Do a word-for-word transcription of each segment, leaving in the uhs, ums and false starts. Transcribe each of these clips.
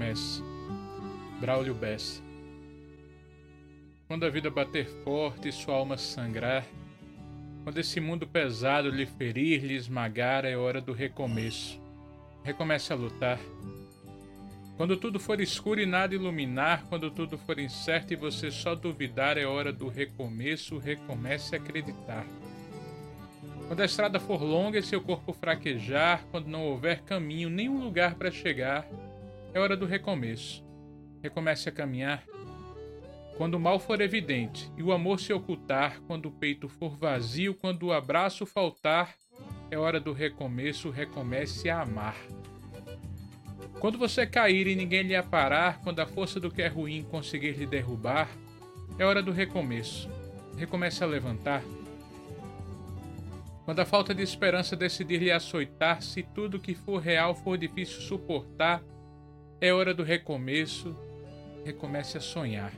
recomeça. Braulio Bessa. Quando a vida bater forte e sua alma sangrar, quando esse mundo pesado lhe ferir, lhe esmagar, é hora do recomeço. Recomece a lutar. Quando tudo for escuro e nada iluminar, quando tudo for incerto e você só duvidar, é hora do recomeço, recomece a acreditar. Quando a estrada for longa e seu corpo fraquejar, quando não houver caminho, nenhum lugar para chegar, é hora do recomeço. Recomece a caminhar. Quando o mal for evidente e o amor se ocultar, quando o peito for vazio, quando o abraço faltar, é hora do recomeço, recomece a amar. Quando você cair e ninguém lhe aparar, quando a força do que é ruim conseguir lhe derrubar, é hora do recomeço. Recomece a levantar. Quando a falta de esperança decidir lhe açoitar, se tudo que for real for difícil suportar, é hora do recomeço. Recomece a sonhar.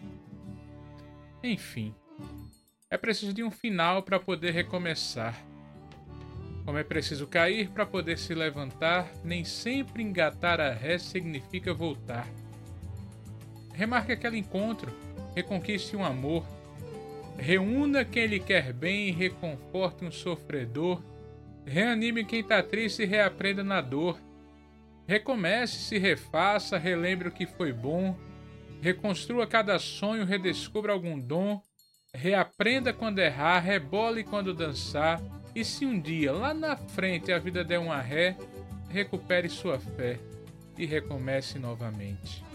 Enfim, é preciso de um final para poder recomeçar. Como é preciso cair para poder se levantar, nem sempre engatar a ré significa voltar. Remarque aquele encontro, reconquiste um amor, reúna quem lhe quer bem e reconforte um sofredor, reanime quem está triste e reaprenda na dor. Recomece, se refaça, relembre o que foi bom, reconstrua cada sonho, redescubra algum dom, reaprenda quando errar, rebole quando dançar, e se um dia, lá na frente, a vida der uma ré, recupere sua fé e recomece novamente.